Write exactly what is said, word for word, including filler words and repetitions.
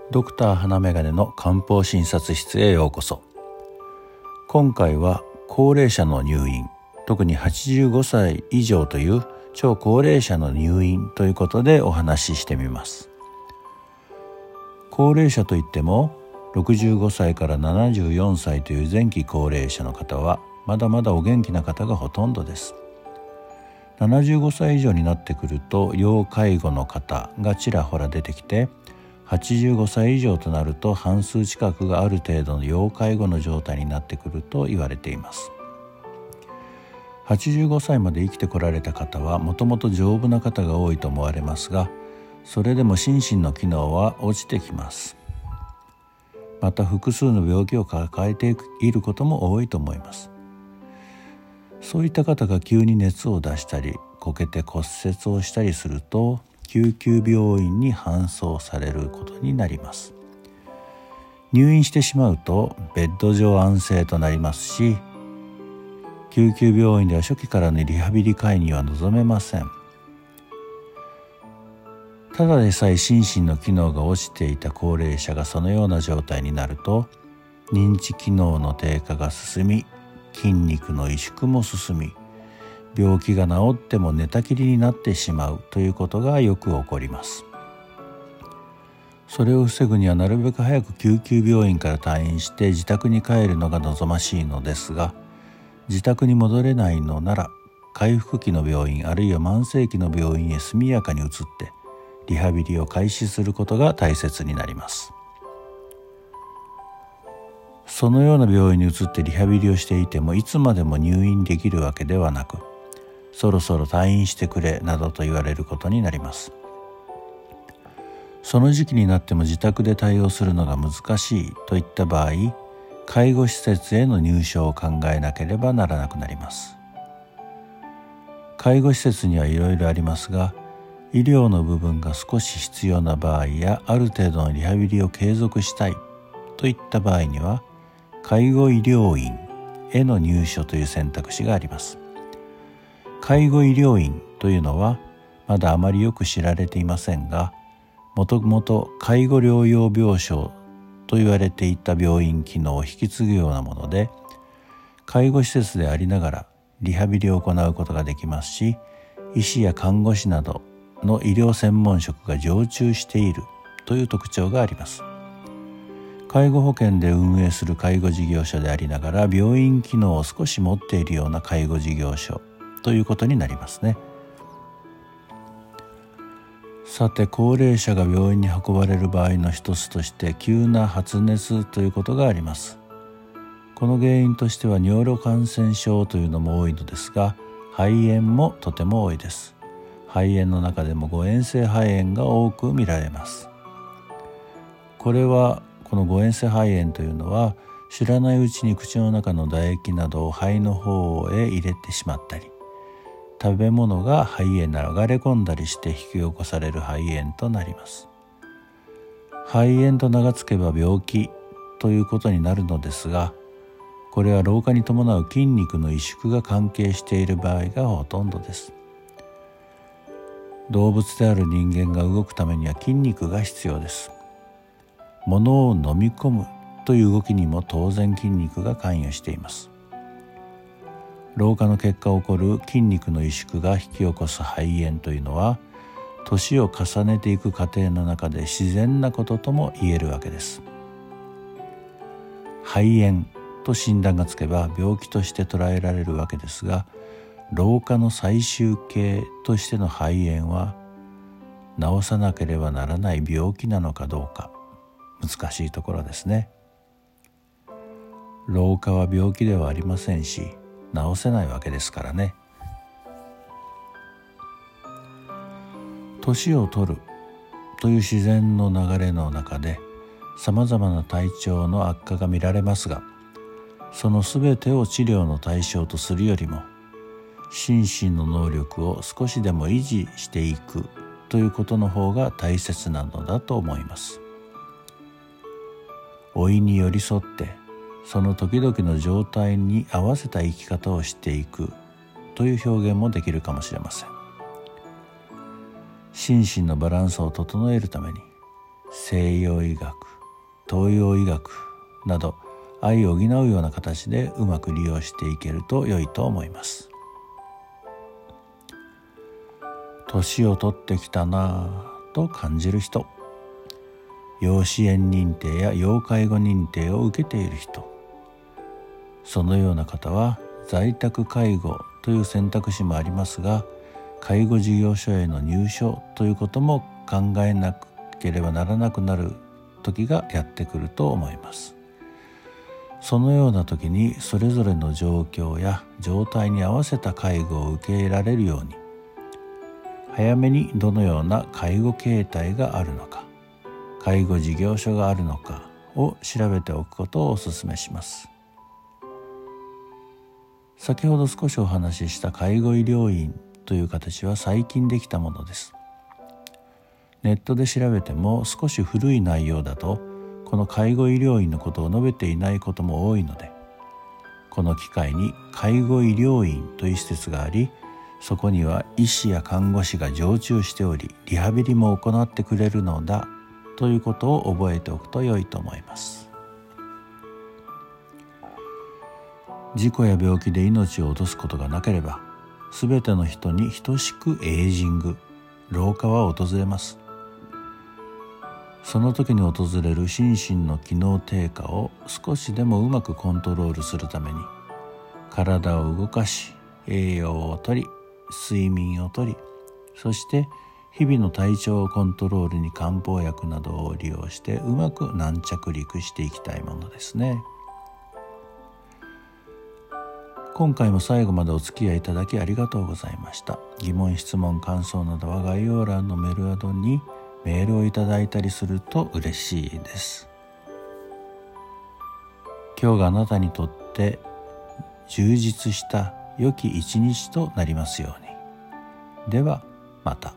ドクター花眼鏡の漢方診察室へようこそ。今回は高齢者の入院、特にはちじゅうごさい以上という超高齢者の入院ということでお話ししてみます。高齢者といってもろくじゅうごさいからななじゅうよんさいという前期高齢者の方はまだまだお元気な方がほとんどです。ななじゅうごさい以上になってくると要介護の方がちらほら出てきて、はちじゅうごさい以上となると半数近くがある程度の要介護の状態になってくると言われています。はちじゅうごさいまで生きてこられた方はもともと丈夫な方が多いと思われますが、それでも心身の機能は落ちてきます。また複数の病気を抱えていることも多いと思います。そういった方が急に熱を出したり、こけて骨折をしたりすると救急病院に搬送されることになります。入院してしまうとベッド上安静となりますし、救急病院では初期からのリハビリ介入は望めません。ただでさえ心身の機能が落ちていた高齢者がそのような状態になると、認知機能の低下が進み、筋肉の萎縮も進み、病気が治っても寝たきりになってしまうということがよく起こります。それを防ぐにはなるべく早く救急病院から退院して自宅に帰るのが望ましいのですが、自宅に戻れないのなら回復期の病院あるいは慢性期の病院へ速やかに移ってリハビリを開始することが大切になります。そのような病院に移ってリハビリをしていてもいつまでも入院できるわけではなく、そろそろ退院してくれなどと言われることになります。その時期になっても自宅で対応するのが難しいといった場合、介護施設への入所を考えなければならなくなります。介護施設にはいろいろありますが、医療の部分が少し必要な場合やある程度のリハビリを継続したいといった場合には、介護医療院への入所という選択肢があります。介護医療院というのはまだあまりよく知られていませんが、もともと介護療養病床と言われていた病院機能を引き継ぐようなもので、介護施設でありながらリハビリを行うことができますし、医師や看護師などの医療専門職が常駐しているという特徴があります。介護保険で運営する介護事業所でありながら病院機能を少し持っているような介護事業所ということになりますね。さて、高齢者が病院に運ばれる場合の一つとして急な発熱ということがあります。この原因としては尿路感染症というのも多いのですが、肺炎もとても多いです。肺炎の中でも誤嚥性肺炎が多く見られます。これはこの誤嚥性肺炎というのは、知らないうちに口の中の唾液などを肺の方へ入れてしまったり、食べ物が肺炎に流れ込んだりして引き起こされる肺炎となります。肺炎と名が付けば病気ということになるのですが、これは老化に伴う筋肉の萎縮が関係している場合がほとんどです。動物である人間が動くためには筋肉が必要です。物を飲み込むという動きにも当然筋肉が関与しています。老化の結果起こる筋肉の萎縮が引き起こす肺炎というのは、年を重ねていく過程の中で自然なこととも言えるわけです。肺炎と診断がつけば病気として捉えられるわけですが、老化の最終形としての肺炎は治さなければならない病気なのかどうか、難しいところですね。老化は病気ではありませんし、治せないわけですからね。年を取るという自然の流れの中でさまざまな体調の悪化が見られますが、そのすべてを治療の対象とするよりも、心身の能力を少しでも維持していくということの方が大切なのだと思います。老いに寄り添ってその時々の状態に合わせた生き方をしていくという表現もできるかもしれません。心身のバランスを整えるために西洋医学、東洋医学など相補うような形でうまく利用していけると良いと思います。年を取ってきたなぁと感じる人、要支援認定や要介護認定を受けている人、そのような方は在宅介護という選択肢もありますが、介護事業所への入所ということも考えなければならなくなる時がやってくると思います。そのような時にそれぞれの状況や状態に合わせた介護を受けられるように、早めにどのような介護形態があるのか、介護事業所があるのかを調べておくことをお勧めします。先ほど少しお話しした介護医療院という形は最近できたものです。ネットで調べても少し古い内容だとこの介護医療院のことを述べていないことも多いので、この機会に介護医療院という施設があり、そこには医師や看護師が常駐しており、リハビリも行ってくれるのだということを覚えておくと良いと思います。事故や病気で命を落とすことがなければ、すべての人に等しくエイジング、老化は訪れます。その時に訪れる心身の機能低下を少しでもうまくコントロールするために、体を動かし、栄養をとり、睡眠をとり、そして日々の体調をコントロールに漢方薬などを利用してうまく軟着陸していきたいものですね。今回も最後までお付き合いいただきありがとうございました。疑問、質問、感想などは概要欄のメールアドにメールをいただいたりすると嬉しいです。今日があなたにとって充実した良き一日となりますように。ではまた。